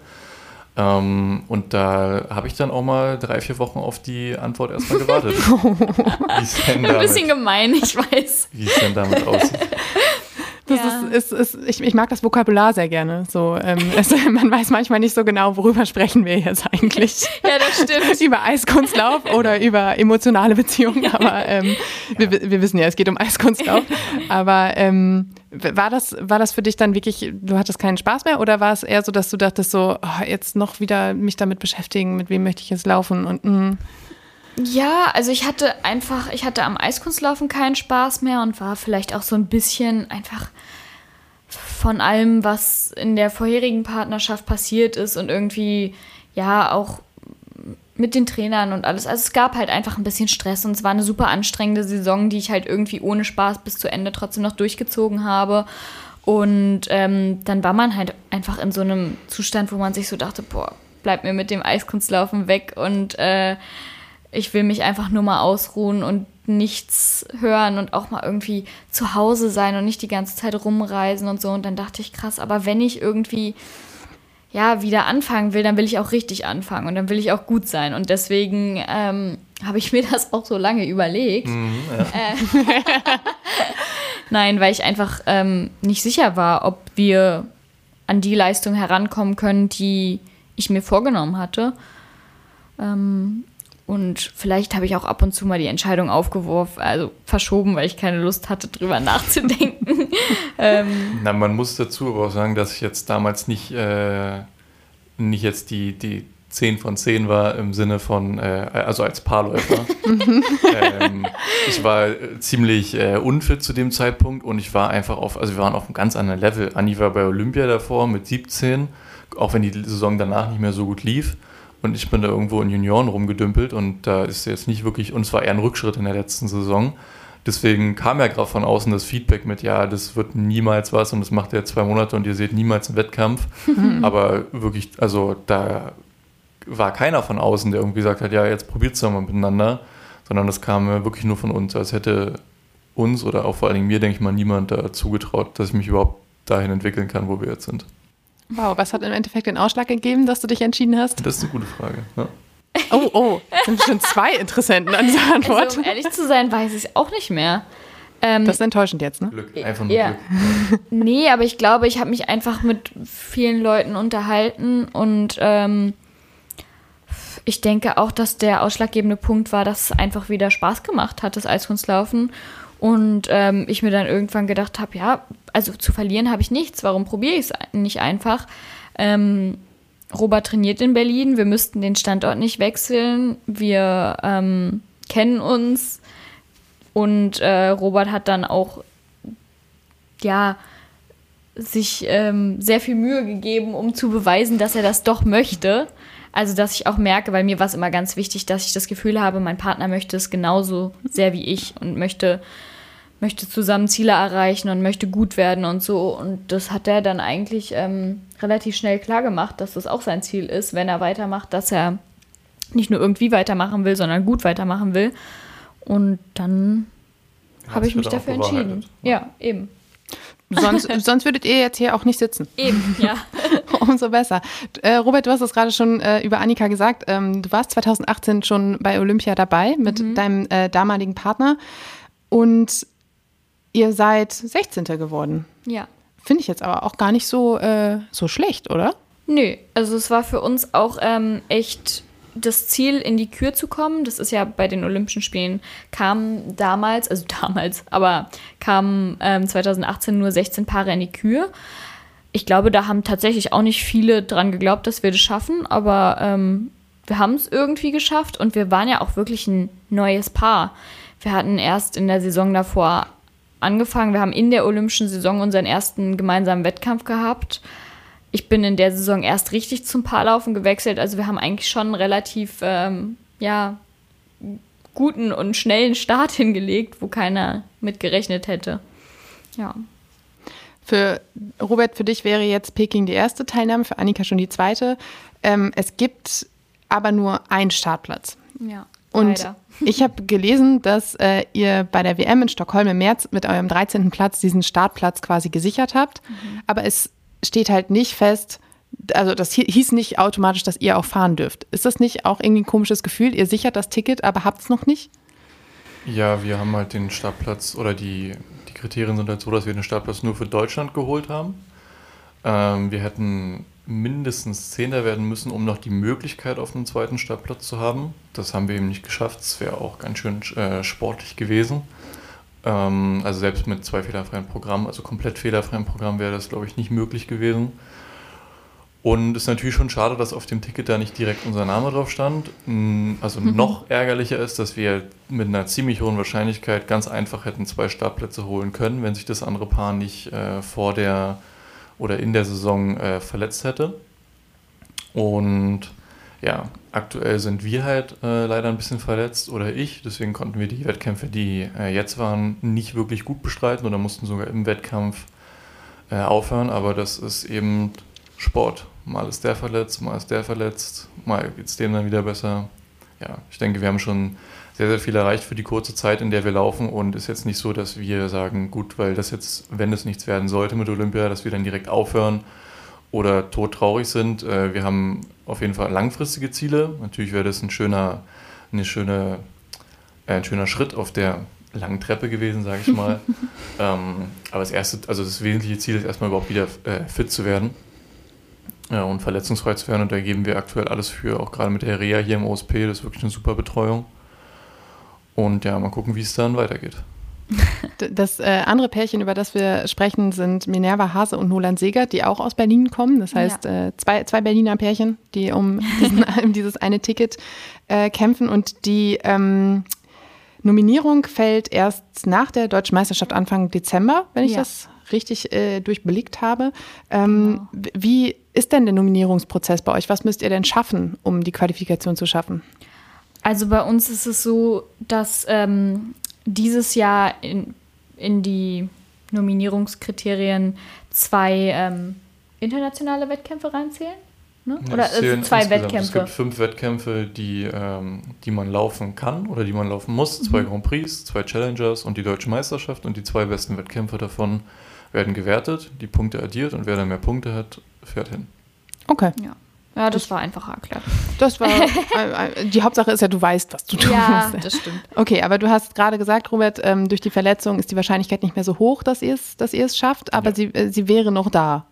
Ähm, und da habe ich dann auch mal drei, vier Wochen auf die Antwort erstmal gewartet. Ein damit, bisschen gemein, ich weiß. Wie es denn damit aussieht. Das ja. ist, ist, ist, ich, ich mag das Vokabular sehr gerne. So, ähm, es, man weiß manchmal nicht so genau, worüber sprechen wir jetzt eigentlich. Ja, das stimmt. Über Eiskunstlauf oder über emotionale Beziehungen. Aber ähm, ja. wir, wir wissen ja, es geht um Eiskunstlauf. Aber ähm, war das, war das für dich dann wirklich, du hattest keinen Spaß mehr? Oder war es eher so, dass du dachtest so, oh, jetzt noch wieder mich damit beschäftigen, mit wem möchte ich jetzt laufen? Und mh. Ja, also ich hatte einfach, ich hatte am Eiskunstlaufen keinen Spaß mehr und war vielleicht auch so ein bisschen einfach von allem, was in der vorherigen Partnerschaft passiert ist und irgendwie, ja, auch mit den Trainern und alles. Also es gab halt einfach ein bisschen Stress und es war eine super anstrengende Saison, die ich halt irgendwie ohne Spaß bis zu Ende trotzdem noch durchgezogen habe. Und ähm, dann war man halt einfach in so einem Zustand, wo man sich so dachte, boah, bleib mir mit dem Eiskunstlaufen weg und äh, ich will mich einfach nur mal ausruhen und nichts hören und auch mal irgendwie zu Hause sein und nicht die ganze Zeit rumreisen und so. Und dann dachte ich, krass, aber wenn ich irgendwie ja wieder anfangen will, dann will ich auch richtig anfangen und dann will ich auch gut sein. Und deswegen ähm, habe ich mir das auch so lange überlegt. Mhm, ja. äh, Nein, weil ich einfach ähm, nicht sicher war, ob wir an die Leistung herankommen können, die ich mir vorgenommen hatte. Ähm, Und vielleicht habe ich auch ab und zu mal die Entscheidung aufgeworfen, also verschoben, weil ich keine Lust hatte, drüber nachzudenken. ähm. Na, man muss dazu aber auch sagen, dass ich jetzt damals nicht, äh, nicht jetzt die, die zehn von zehn war im Sinne von, äh, also als Paarläufer. ähm, ich war ziemlich äh, unfit zu dem Zeitpunkt und ich war einfach auf, also wir waren auf einem ganz anderen Level. Anni war bei Olympia davor mit siebzehn, auch wenn die Saison danach nicht mehr so gut lief. Und ich bin da irgendwo in Junioren rumgedümpelt und da ist jetzt nicht wirklich, und es war eher ein Rückschritt in der letzten Saison. Deswegen kam ja gerade von außen das Feedback mit, ja, das wird niemals was und das macht ihr zwei Monate und ihr seht niemals einen Wettkampf. Mhm. Aber wirklich, also da war keiner von außen, der irgendwie gesagt hat, ja, jetzt probiert es doch mal miteinander, sondern das kam wirklich nur von uns. Als hätte uns oder auch vor allen Dingen mir, denke ich mal, niemand da zugetraut, dass ich mich überhaupt dahin entwickeln kann, wo wir jetzt sind. Wow, was hat im Endeffekt den Ausschlag gegeben, dass du dich entschieden hast? Das ist eine gute Frage. Ja. Oh, oh, das sind schon zwei Interessenten an dieser Antwort. Also, um ehrlich zu sein, weiß ich es auch nicht mehr. Ähm, das ist enttäuschend jetzt, ne? Glück, einfach nur ja. Glück. Nee, aber ich glaube, ich habe mich einfach mit vielen Leuten unterhalten und ähm, ich denke auch, dass der ausschlaggebende Punkt war, dass es einfach wieder Spaß gemacht hat, das Eiskunstlaufen. Und ähm, ich mir dann irgendwann gedacht habe, ja, also zu verlieren habe ich nichts, warum probiere ich es nicht einfach? Ähm, Robert trainiert in Berlin, wir müssten den Standort nicht wechseln, wir ähm, kennen uns und äh, Robert hat dann auch, ja, sich ähm, sehr viel Mühe gegeben, um zu beweisen, dass er das doch möchte. Also, dass ich auch merke, weil mir war es immer ganz wichtig, dass ich das Gefühl habe, mein Partner möchte es genauso sehr wie ich und möchte, möchte zusammen Ziele erreichen und möchte gut werden und so. Und das hat er dann eigentlich ähm, relativ schnell klar gemacht, dass das auch sein Ziel ist, wenn er weitermacht, dass er nicht nur irgendwie weitermachen will, sondern gut weitermachen will. Und dann ja, habe ich mich dafür entschieden. Ja, eben. Sonst, sonst würdet ihr jetzt hier auch nicht sitzen. Eben, ja. Umso besser. Äh, Robert, du hast es gerade schon äh, über Annika gesagt. Ähm, du warst zwanzig achtzehn schon bei Olympia dabei mit mhm. deinem äh, damaligen Partner und ihr seid sechzehnte geworden. Ja. Finde ich jetzt aber auch gar nicht so, äh, so schlecht, oder? Nö, also es war für uns auch ähm, echt das Ziel, in die Kür zu kommen. Das ist ja bei den Olympischen Spielen, kam damals, also damals, aber kamen ähm, zwanzig achtzehn nur sechzehn Paare in die Kür. Ich glaube, da haben tatsächlich auch nicht viele dran geglaubt, dass wir das schaffen, aber ähm, wir haben es irgendwie geschafft und wir waren ja auch wirklich ein neues Paar. Wir hatten erst in der Saison davor angefangen, wir haben in der olympischen Saison unseren ersten gemeinsamen Wettkampf gehabt. Ich bin in der Saison erst richtig zum Paarlaufen gewechselt. Also wir haben eigentlich schon einen relativ ähm, ja, guten und schnellen Start hingelegt, wo keiner mit gerechnet hätte. Ja. Für Robert, für dich wäre jetzt Peking die erste Teilnahme, für Annika schon die zweite. Ähm, es gibt aber nur einen Startplatz. Ja, und leider. Ich habe gelesen, dass äh, ihr bei der W M in Stockholm im März mit eurem dreizehnten Platz diesen Startplatz quasi gesichert habt. Mhm. Aber es steht halt nicht fest, also das hieß nicht automatisch, dass ihr auch fahren dürft. Ist das nicht auch irgendwie ein komisches Gefühl? Ihr sichert das Ticket, aber habt es noch nicht? Ja, wir haben halt den Startplatz oder die, die Kriterien sind halt so, dass wir den Startplatz nur für Deutschland geholt haben. Ähm, wir hätten mindestens Zehnter werden müssen, um noch die Möglichkeit auf einen zweiten Startplatz zu haben. Das haben wir eben nicht geschafft. Das wäre auch ganz schön äh, sportlich gewesen. Ähm, also selbst mit zwei fehlerfreien Programmen, also komplett fehlerfreien Programm wäre das, glaube ich, nicht möglich gewesen. Und es ist natürlich schon schade, dass auf dem Ticket da nicht direkt unser Name drauf stand. Also mhm. noch ärgerlicher ist, dass wir mit einer ziemlich hohen Wahrscheinlichkeit ganz einfach hätten zwei Startplätze holen können, wenn sich das andere Paar nicht äh, vor der oder in der Saison äh, verletzt hätte. Und ja, aktuell sind wir halt äh, leider ein bisschen verletzt oder ich. Deswegen konnten wir die Wettkämpfe, die äh, jetzt waren, nicht wirklich gut bestreiten oder mussten sogar im Wettkampf äh, aufhören. Aber das ist eben Sport. Mal ist der verletzt, mal ist der verletzt, mal geht es dem dann wieder besser. Ja, ich denke, wir haben schon sehr, sehr viel erreicht für die kurze Zeit, in der wir laufen und ist jetzt nicht so, dass wir sagen, gut, weil das jetzt, wenn es nichts werden sollte mit Olympia, dass wir dann direkt aufhören oder todtraurig sind. Wir haben auf jeden Fall langfristige Ziele. Natürlich wäre das ein schöner, eine schöne, äh, ein schöner Schritt auf der langen Treppe gewesen, sage ich mal. ähm, aber das erste, also das wesentliche Ziel ist erstmal überhaupt wieder äh, fit zu werden. Ja, und verletzungsfrei zu werden und da geben wir aktuell alles für, auch gerade mit der Reha hier im O S P, das ist wirklich eine super Betreuung. Und ja, mal gucken, wie es dann weitergeht. Das äh, andere Pärchen, über das wir sprechen, sind Minerva Hase und Nolan Segert, die auch aus Berlin kommen. Das heißt, ja. äh, zwei, zwei Berliner Pärchen, die um, diesen, um dieses eine Ticket äh, kämpfen und die ähm, Nominierung fällt erst nach der Deutschen Meisterschaft Anfang Dezember, wenn ich ja. das richtig äh, durchblickt habe. Ähm, genau. Wie ist denn der Nominierungsprozess bei euch? Was müsst ihr denn schaffen, um die Qualifikation zu schaffen? Also bei uns ist es so, dass ähm, dieses Jahr in, in die Nominierungskriterien zwei ähm, internationale Wettkämpfe reinzählen. Ne? Ja, oder also zwei Wettkämpfe? Es gibt fünf Wettkämpfe, die, ähm, die man laufen kann oder die man laufen muss. Zwei mhm. Grand Prix, zwei Challengers und die Deutsche Meisterschaft. Und die zwei besten Wettkämpfe davon werden gewertet, die Punkte addiert und wer dann mehr Punkte hat, fährt hin. Okay. Ja, ja das, das war einfacher erklärt. Das war, äh, die Hauptsache ist ja, du weißt, was du tust. Ja, das stimmt. Okay, aber du hast gerade gesagt, Robert, ähm, durch die Verletzung ist die Wahrscheinlichkeit nicht mehr so hoch, dass ihr es, dass ihr es schafft, aber ja. sie, äh, sie wäre noch da.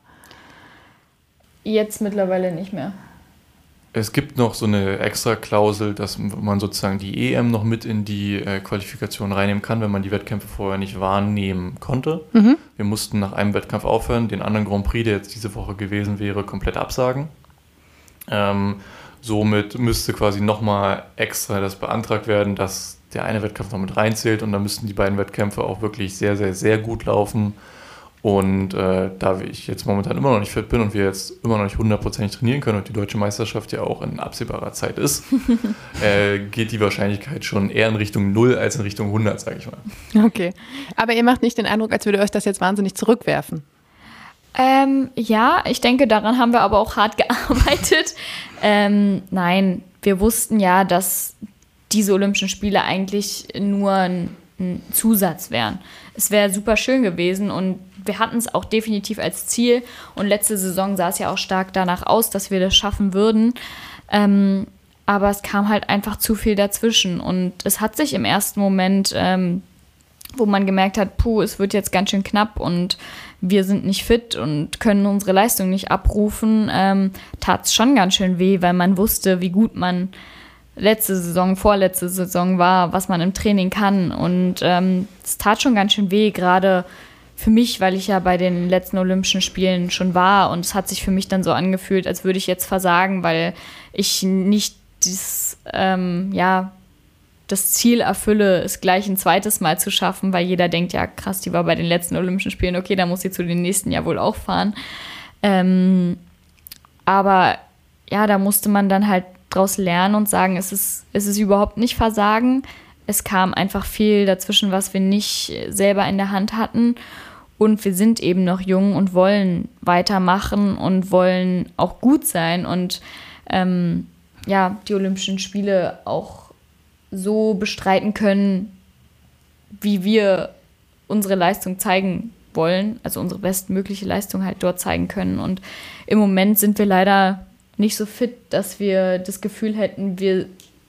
Jetzt mittlerweile nicht mehr. Es gibt noch so eine extra Klausel, dass man sozusagen die E M noch mit in die äh, Qualifikation reinnehmen kann, wenn man die Wettkämpfe vorher nicht wahrnehmen konnte. Mhm. Wir mussten nach einem Wettkampf aufhören, den anderen Grand Prix, der jetzt diese Woche gewesen wäre, komplett absagen. Ähm, somit müsste quasi nochmal extra das beantragt werden, dass der eine Wettkampf noch mit reinzählt und dann müssten die beiden Wettkämpfe auch wirklich sehr, sehr, sehr gut laufen, Und äh, da ich jetzt momentan immer noch nicht fit bin und wir jetzt immer noch nicht hundertprozentig trainieren können und die deutsche Meisterschaft ja auch in absehbarer Zeit ist, äh, geht die Wahrscheinlichkeit schon eher in Richtung null als in Richtung hundert, sage ich mal. Okay, aber ihr macht nicht den Eindruck, als würde euch das jetzt wahnsinnig zurückwerfen. Ähm, ja, ich denke, daran haben wir aber auch hart gearbeitet. ähm, nein, wir wussten ja, dass diese Olympischen Spiele eigentlich nur ein, ein Zusatz wären. Es wäre super schön gewesen und wir hatten es auch definitiv als Ziel. Und letzte Saison sah es ja auch stark danach aus, dass wir das schaffen würden. Ähm, aber es kam halt einfach zu viel dazwischen. Und es hat sich im ersten Moment, ähm, wo man gemerkt hat, puh, es wird jetzt ganz schön knapp und wir sind nicht fit und können unsere Leistung nicht abrufen, ähm, tat es schon ganz schön weh, weil man wusste, wie gut man letzte Saison, vorletzte Saison war, was man im Training kann. Und ähm, es tat schon ganz schön weh, gerade für mich, weil ich ja bei den letzten Olympischen Spielen schon war. Und es hat sich für mich dann so angefühlt, als würde ich jetzt versagen, weil ich nicht dieses, ähm, ja, das Ziel erfülle, es gleich ein zweites Mal zu schaffen, weil jeder denkt, ja krass, die war bei den letzten Olympischen Spielen, okay, dann muss sie zu den nächsten ja wohl auch fahren. Ähm, aber ja, da musste man dann halt draus lernen und sagen, es ist, es ist überhaupt nicht Versagen. Es kam einfach viel dazwischen, was wir nicht selber in der Hand hatten. Und wir sind eben noch jung und wollen weitermachen und wollen auch gut sein und ähm, ja, die Olympischen Spiele auch so bestreiten können, wie wir unsere Leistung zeigen wollen, also unsere bestmögliche Leistung halt dort zeigen können. Und im Moment sind wir leider nicht so fit, dass wir das Gefühl hätten, wir,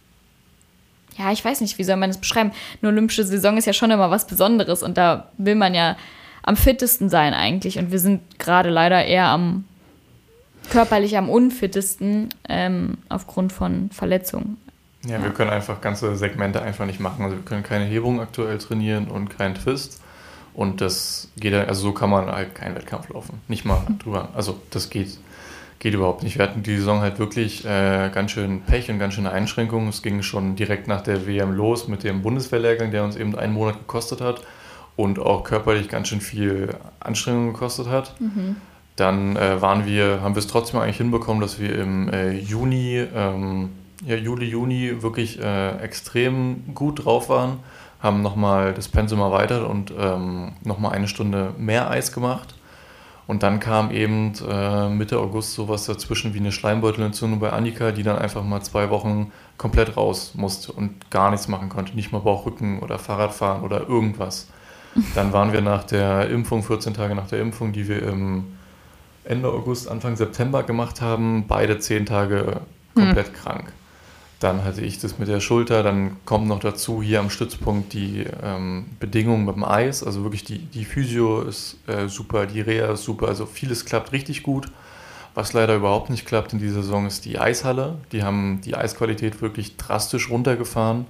ja, ich weiß nicht, wie soll man das beschreiben? Eine olympische Saison ist ja schon immer was Besonderes und da will man ja am fittesten sein eigentlich und wir sind gerade leider eher am körperlich am unfittesten ähm, aufgrund von Verletzungen. Ja, ja, wir können einfach ganze Segmente einfach nicht machen. Also wir können keine Hebung aktuell trainieren und keinen Twist. Und das geht, also so kann man halt keinen Wettkampf laufen. Nicht mal drüber. Also das geht, geht überhaupt nicht. Wir hatten die Saison halt wirklich äh, ganz schön Pech und ganz schöne Einschränkungen. Es ging schon direkt nach der W M los mit dem Bundeswehrlehrgang, der uns eben einen Monat gekostet hat und auch körperlich ganz schön viel Anstrengung gekostet hat. Mhm. Dann äh, waren wir, haben wir es trotzdem eigentlich hinbekommen, dass wir im äh, Juni, ähm, ja, Juli, Juni wirklich äh, extrem gut drauf waren, haben nochmal das Pensum erweitert und ähm, nochmal eine Stunde mehr Eis gemacht. Und dann kam eben äh, Mitte August sowas dazwischen wie eine Schleimbeutelentzündung bei Annika, die dann einfach mal zwei Wochen komplett raus musste und gar nichts machen konnte. Nicht mal Bauchrücken oder Fahrradfahren oder irgendwas. Dann waren wir nach der Impfung, vierzehn Tage nach der Impfung, die wir im Ende August, Anfang September gemacht haben, beide zehn Tage komplett hm. krank. Dann hatte ich das mit der Schulter, dann kommt noch dazu hier am Stützpunkt die ähm, Bedingungen mit dem Eis, also wirklich die, die Physio ist äh, super, die Reha ist super, also vieles klappt richtig gut. Was leider überhaupt nicht klappt in dieser Saison ist die Eishalle, die haben die Eisqualität wirklich drastisch runtergefahren.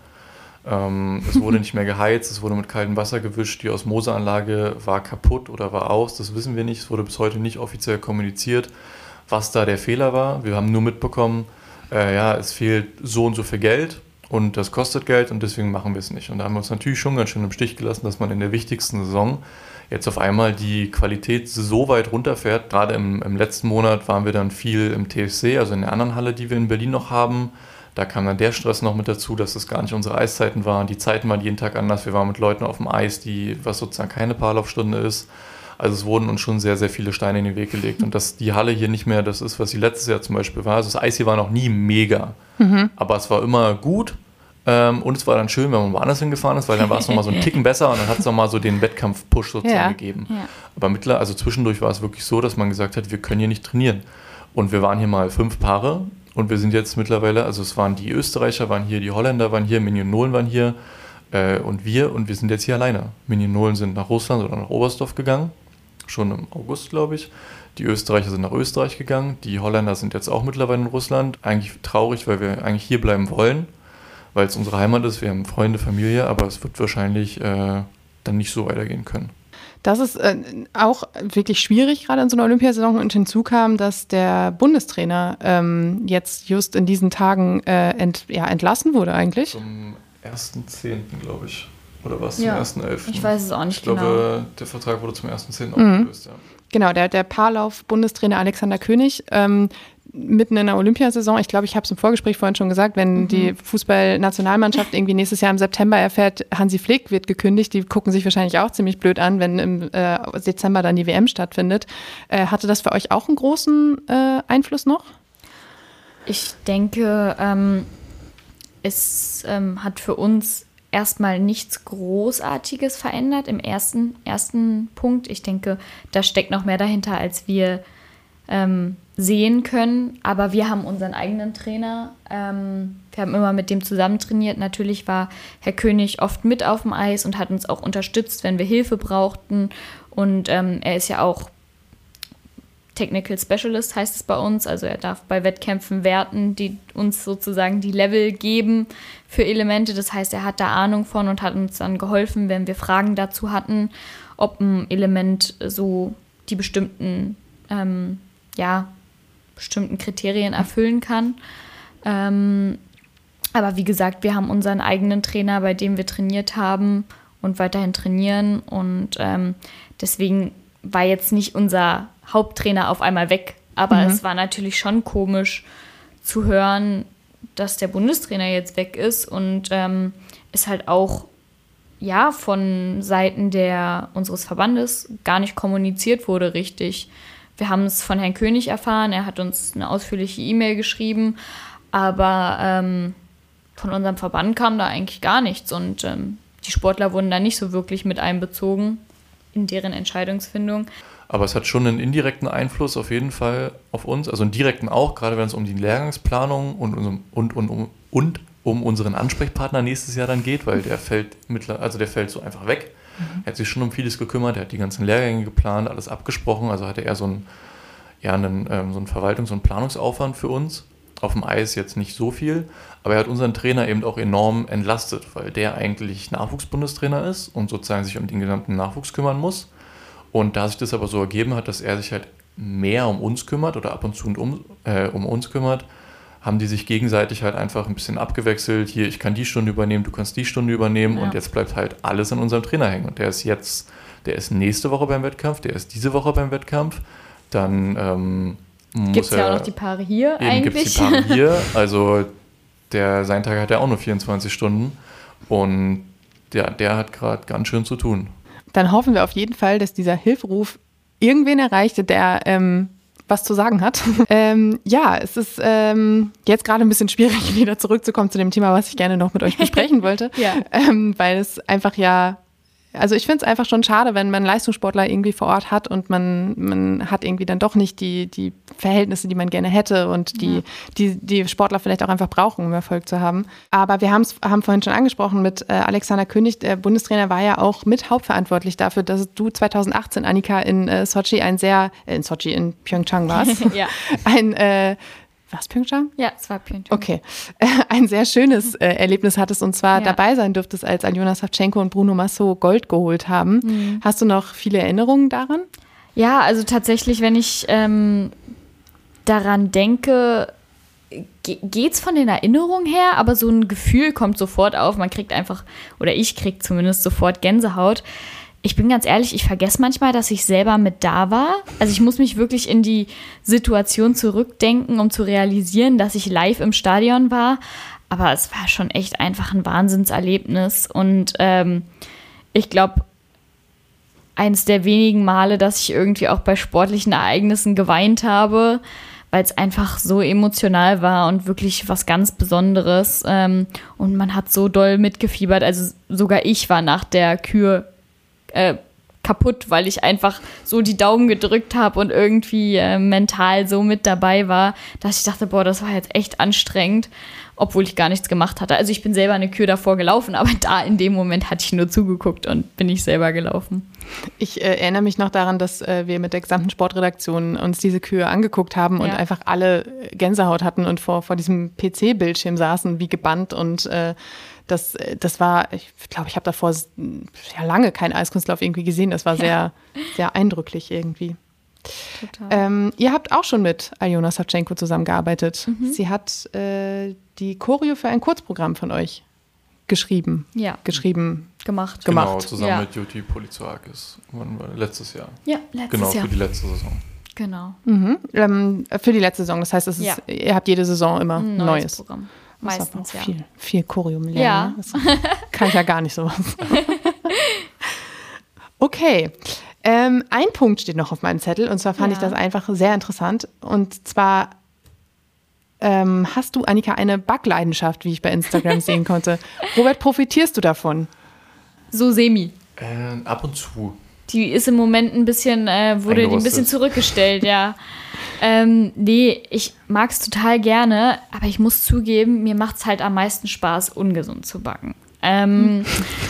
Ähm, es wurde nicht mehr geheizt, es wurde mit kaltem Wasser gewischt, die Osmoseanlage war kaputt oder war aus, das wissen wir nicht, es wurde bis heute nicht offiziell kommuniziert, was da der Fehler war. Wir haben nur mitbekommen, äh, ja, es fehlt so und so viel Geld und das kostet Geld und deswegen machen wir es nicht. Und da haben wir uns natürlich schon ganz schön im Stich gelassen, dass man in der wichtigsten Saison jetzt auf einmal die Qualität so weit runterfährt. Gerade im, im letzten Monat waren wir dann viel im T F C, also in der anderen Halle, die wir in Berlin noch haben. Da kam dann der Stress noch mit dazu, dass es gar nicht unsere Eiszeiten waren. Die Zeiten waren jeden Tag anders. Wir waren mit Leuten auf dem Eis, die, was sozusagen keine Paarlaufstunde ist. Also es wurden uns schon sehr, sehr viele Steine in den Weg gelegt. Und dass die Halle hier nicht mehr das ist, was sie letztes Jahr zum Beispiel war. Also das Eis hier war noch nie mega. Mhm. Aber es war immer gut. Ähm, und es war dann schön, wenn man woanders hingefahren ist, weil dann war es nochmal so einen Ticken besser und dann hat es nochmal so den Wettkampf-Push sozusagen ja. gegeben. Ja. Aber mittlerweile, also zwischendurch war es wirklich so, dass man gesagt hat, wir können hier nicht trainieren. Und wir waren hier mal fünf Paare. Und wir sind jetzt mittlerweile, also es waren die Österreicher, waren hier, die Holländer waren hier, Minionolen waren hier äh, und wir und wir sind jetzt hier alleine. Minionolen sind nach Russland oder nach Oberstdorf gegangen, schon im August, glaube ich. Die Österreicher sind nach Österreich gegangen, die Holländer sind jetzt auch mittlerweile in Russland. Eigentlich traurig, weil wir eigentlich hier bleiben wollen, weil es unsere Heimat ist, wir haben Freunde, Familie, aber es wird wahrscheinlich äh, dann nicht so weitergehen können. Das ist äh, auch wirklich schwierig, gerade in so einer Olympiasaison. Und hinzu kam, dass der Bundestrainer ähm, jetzt just in diesen Tagen äh, ent, ja, entlassen wurde eigentlich. Zum ersten zehnten glaube ich. Oder was ja. zum ersten elften? Ich weiß es auch nicht ich genau. Ich glaube, der Vertrag wurde zum ersten zehnten Mhm. aufgelöst, ja. Genau, der, der Paarlauf-Bundestrainer Alexander König, ähm, mitten in der Olympiasaison, ich glaube, ich habe es im Vorgespräch vorhin schon gesagt, wenn mhm. die Fußballnationalmannschaft irgendwie nächstes Jahr im September erfährt, Hansi Flick wird gekündigt, die gucken sich wahrscheinlich auch ziemlich blöd an, wenn im äh, Dezember dann die W M stattfindet. Äh, hatte das für euch auch einen großen äh, Einfluss noch? Ich denke, ähm, es ähm, hat für uns erstmal nichts Großartiges verändert im ersten, ersten Punkt. Ich denke, da steckt noch mehr dahinter, als wir ähm, sehen können. Aber wir haben unseren eigenen Trainer. Ähm, wir haben immer mit dem zusammen trainiert. Natürlich war Herr König oft mit auf dem Eis und hat uns auch unterstützt, wenn wir Hilfe brauchten. Und ähm, er ist ja auch Technical Specialist, heißt es bei uns. Also er darf bei Wettkämpfen werten, die uns sozusagen die Level geben für Elemente. Das heißt, er hat da Ahnung von und hat uns dann geholfen, wenn wir Fragen dazu hatten, ob ein Element so die bestimmten, ähm, ja, bestimmten Kriterien erfüllen kann. Ähm, aber wie gesagt, wir haben unseren eigenen Trainer, bei dem wir trainiert haben und weiterhin trainieren. Und ähm, deswegen war jetzt nicht unser Haupttrainer auf einmal weg. Aber mhm. es war natürlich schon komisch zu hören, dass der Bundestrainer jetzt weg ist und ähm, es halt auch ja von Seiten der, unseres Verbandes gar nicht kommuniziert wurde richtig. Wir haben es von Herrn König erfahren, er hat uns eine ausführliche E-Mail geschrieben, aber ähm, von unserem Verband kam da eigentlich gar nichts und ähm, die Sportler wurden da nicht so wirklich mit einbezogen in deren Entscheidungsfindung. Aber es hat schon einen indirekten Einfluss auf jeden Fall auf uns, also einen direkten auch, gerade wenn es um die Lehrgangsplanung und, und, und, und, um, und um unseren Ansprechpartner nächstes Jahr dann geht, weil der fällt mittler, also der fällt so einfach weg. Mhm. Er hat sich schon um vieles gekümmert, er hat die ganzen Lehrgänge geplant, alles abgesprochen, also hatte er so einen, ja, einen, ähm, so einen Verwaltungs- und Planungsaufwand für uns. Auf dem Eis jetzt nicht so viel, aber er hat unseren Trainer eben auch enorm entlastet, weil der eigentlich Nachwuchsbundestrainer ist und sozusagen sich um den gesamten Nachwuchs kümmern muss. Und da sich das aber so ergeben hat, dass er sich halt mehr um uns kümmert oder ab und zu um, äh, um uns kümmert, haben die sich gegenseitig halt einfach ein bisschen abgewechselt. Hier, ich kann die Stunde übernehmen, du kannst die Stunde übernehmen ja. Und jetzt bleibt halt alles an unserem Trainer hängen. Und der ist jetzt, der ist nächste Woche beim Wettkampf, der ist diese Woche beim Wettkampf, dann ähm, gibt es ja auch noch die Paare hier eben eigentlich. Gibt es die Paare hier, also der, sein Tag hat ja auch nur vierundzwanzig Stunden und der, der hat gerade ganz schön zu tun. Dann hoffen wir auf jeden Fall, dass dieser Hilferuf irgendwen erreicht, der ähm, was zu sagen hat. ähm, ja, es ist ähm, jetzt gerade ein bisschen schwierig, wieder zurückzukommen zu dem Thema, was ich gerne noch mit euch besprechen wollte, ja. ähm, weil es einfach ja, also ich finde es einfach schon schade, wenn man Leistungssportler irgendwie vor Ort hat und man, man hat irgendwie dann doch nicht die, die Verhältnisse, die man gerne hätte und die, ja. die, die Sportler vielleicht auch einfach brauchen, um Erfolg zu haben. Aber wir haben vorhin schon angesprochen mit äh, Alexander König, der Bundestrainer war ja auch mit hauptverantwortlich dafür, dass du zweitausendachtzehn, Annika, in äh, Sochi ein sehr, äh, in Sochi, in Pyeongchang warst, ja. ein äh, Was, Pyeongchang? Ja, es war Pyeongchang. Okay. Ein sehr schönes äh, Erlebnis hattest und zwar ja. dabei sein durftest, als Aljona Savchenko und Bruno Massot Gold geholt haben. Mhm. Hast du noch viele Erinnerungen daran? Ja, also tatsächlich, wenn ich ähm, daran denke, ge- geht's von den Erinnerungen her, aber so ein Gefühl kommt sofort auf. Man kriegt einfach, oder ich krieg zumindest sofort Gänsehaut. Ich bin ganz ehrlich, ich vergesse manchmal, dass ich selber mit da war. Also ich muss mich wirklich in die Situation zurückdenken, um zu realisieren, dass ich live im Stadion war. Aber es war schon echt einfach ein Wahnsinnserlebnis. Und ähm, ich glaube, eines der wenigen Male, dass ich irgendwie auch bei sportlichen Ereignissen geweint habe, weil es einfach so emotional war und wirklich was ganz Besonderes. Ähm, und man hat so doll mitgefiebert. Also sogar ich war nach der Kür Äh, kaputt, weil ich einfach so die Daumen gedrückt habe und irgendwie äh, mental so mit dabei war, dass ich dachte, boah, das war jetzt echt anstrengend, obwohl ich gar nichts gemacht hatte. Also ich bin selber eine Kür davor gelaufen, aber da in dem Moment hatte ich nur zugeguckt und bin ich selber gelaufen. Ich äh, erinnere mich noch daran, dass äh, wir mit der gesamten Sportredaktion uns diese Kühe angeguckt haben und ja. einfach alle Gänsehaut hatten und vor, vor diesem P C-Bildschirm saßen, wie gebannt und äh, Das, das war, ich glaube, ich habe davor ja lange keinen Eiskunstlauf irgendwie gesehen. Das war sehr, ja. sehr eindrücklich irgendwie. Total. Ähm, ihr habt auch schon mit Aljona Savchenko zusammengearbeitet. Mhm. Sie hat äh, die Choreo für ein Kurzprogramm von euch geschrieben. Ja. Geschrieben. Gemacht. Gemacht. Genau, zusammen Ja. mit Jyoti Polizoakis. Wann war das? Letztes Jahr. Ja, letztes Genau, Jahr. für die letzte Saison. Genau. Mhm. Ähm, für die letzte Saison. Das heißt, es ist, Ja. ihr habt jede Saison immer Ein Neues. neues Programm. Das ist Meistens, aber ja. auch viel, viel Chorium lernen. Ja. Ne? Das kann ich ja gar nicht sowas. Okay. Ähm, ein Punkt steht noch auf meinem Zettel und zwar fand Ja. ich das einfach sehr interessant. Und zwar ähm, hast du, Annika, eine Backleidenschaft, wie ich bei Instagram sehen konnte. Robert, profitierst du davon? So semi. Äh, ab und zu. Die ist im Moment ein bisschen, äh, wurde die ein bisschen Eingerostet. zurückgestellt, ja. Ähm, nee, ich mag es total gerne, aber ich muss zugeben, mir macht es halt am meisten Spaß, ungesund zu backen. Ähm,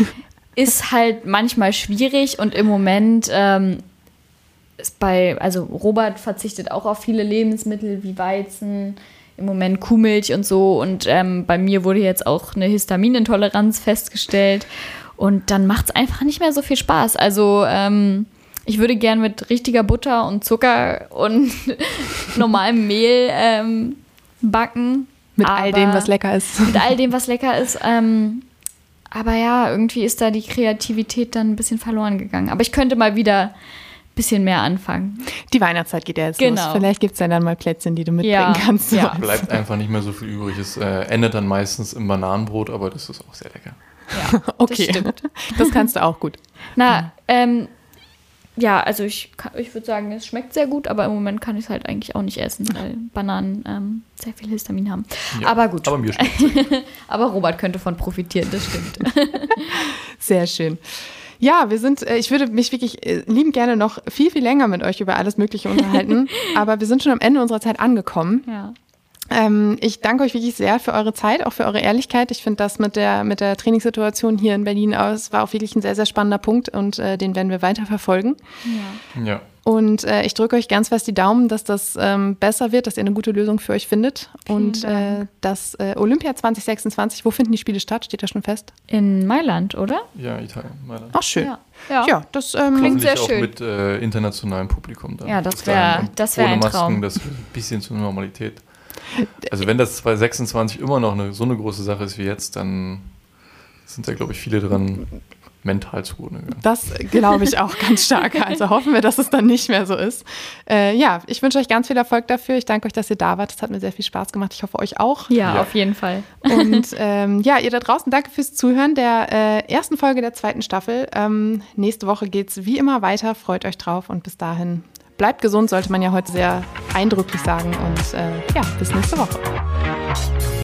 ist halt manchmal schwierig und im Moment ähm, ist bei, also Robert verzichtet auch auf viele Lebensmittel wie Weizen, im Moment Kuhmilch und so und ähm, bei mir wurde jetzt auch eine Histaminintoleranz festgestellt. Und dann macht es einfach nicht mehr so viel Spaß. Also ähm, ich würde gern mit richtiger Butter und Zucker und normalem Mehl ähm, backen. Mit aber all dem, was lecker ist. Mit all dem, was lecker ist. Ähm, aber ja, irgendwie ist da die Kreativität dann ein bisschen verloren gegangen. Aber ich könnte mal wieder ein bisschen mehr anfangen. Die Weihnachtszeit geht ja jetzt Genau. los. Vielleicht gibt es ja dann mal Plätzchen, die du mitbringen Ja, kannst. ja. Bleibt einfach nicht mehr so viel übrig. Es äh, endet dann meistens im Bananenbrot, aber das ist auch sehr lecker. Ja, Okay, das stimmt. das kannst du auch gut. Na, ähm, ja, also ich, kann- ich würde sagen, es schmeckt sehr gut, aber im Moment kann ich es halt eigentlich auch nicht essen, weil Bananen ähm, sehr viel Histamin haben. Ja, Aber gut. Aber mir schmeckt Aber Robert könnte von profitieren, das stimmt. Sehr schön. Ja, wir sind, äh, ich würde mich wirklich äh, liebend gerne noch viel, viel länger mit euch über alles Mögliche unterhalten, aber wir sind schon am Ende unserer Zeit angekommen. Ja. Ähm, ich danke euch wirklich sehr für eure Zeit, auch für eure Ehrlichkeit. Ich finde das mit der, mit der Trainingssituation hier in Berlin aus, war auch wirklich ein sehr, sehr spannender Punkt und äh, den werden wir weiter verfolgen. Ja. Ja. Und äh, ich drücke euch ganz fest die Daumen, dass das ähm, besser wird, dass ihr eine gute Lösung für euch findet. Und äh, dass äh, Olympia zwanzig sechsundzwanzig, wo finden die Spiele statt? Steht das schon fest? In Mailand, oder? Ja, Italien. Mailand. Ach, schön. Ja. Ja, Ja. das ähm, Klingt sehr Hoffentlich auch schön. mit äh, internationalem Publikum dann. Ja, das Bis wär- dahin. Und das wär ohne ein Masken, Traum. das wird ein bisschen zur Normalität. Also wenn das zwanzig sechsundzwanzig immer noch eine, so eine große Sache ist wie jetzt, dann sind da, glaube ich, viele dran mental zugrunde gegangen. Das glaube ich auch ganz stark. Also hoffen wir, dass es dann nicht mehr so ist. Äh, ja, ich wünsche euch ganz viel Erfolg dafür. Ich danke euch, dass ihr da wart. Das hat mir sehr viel Spaß gemacht. Ich hoffe, euch auch. Ja, Ja. auf jeden Fall. Und ähm, ja, ihr da draußen, danke fürs Zuhören der äh, ersten Folge der zweiten Staffel. Ähm, nächste Woche geht's wie immer weiter. Freut euch drauf und bis dahin bleibt gesund, sollte man ja heute sehr eindrücklich sagen. Und äh, ja, bis nächste Woche.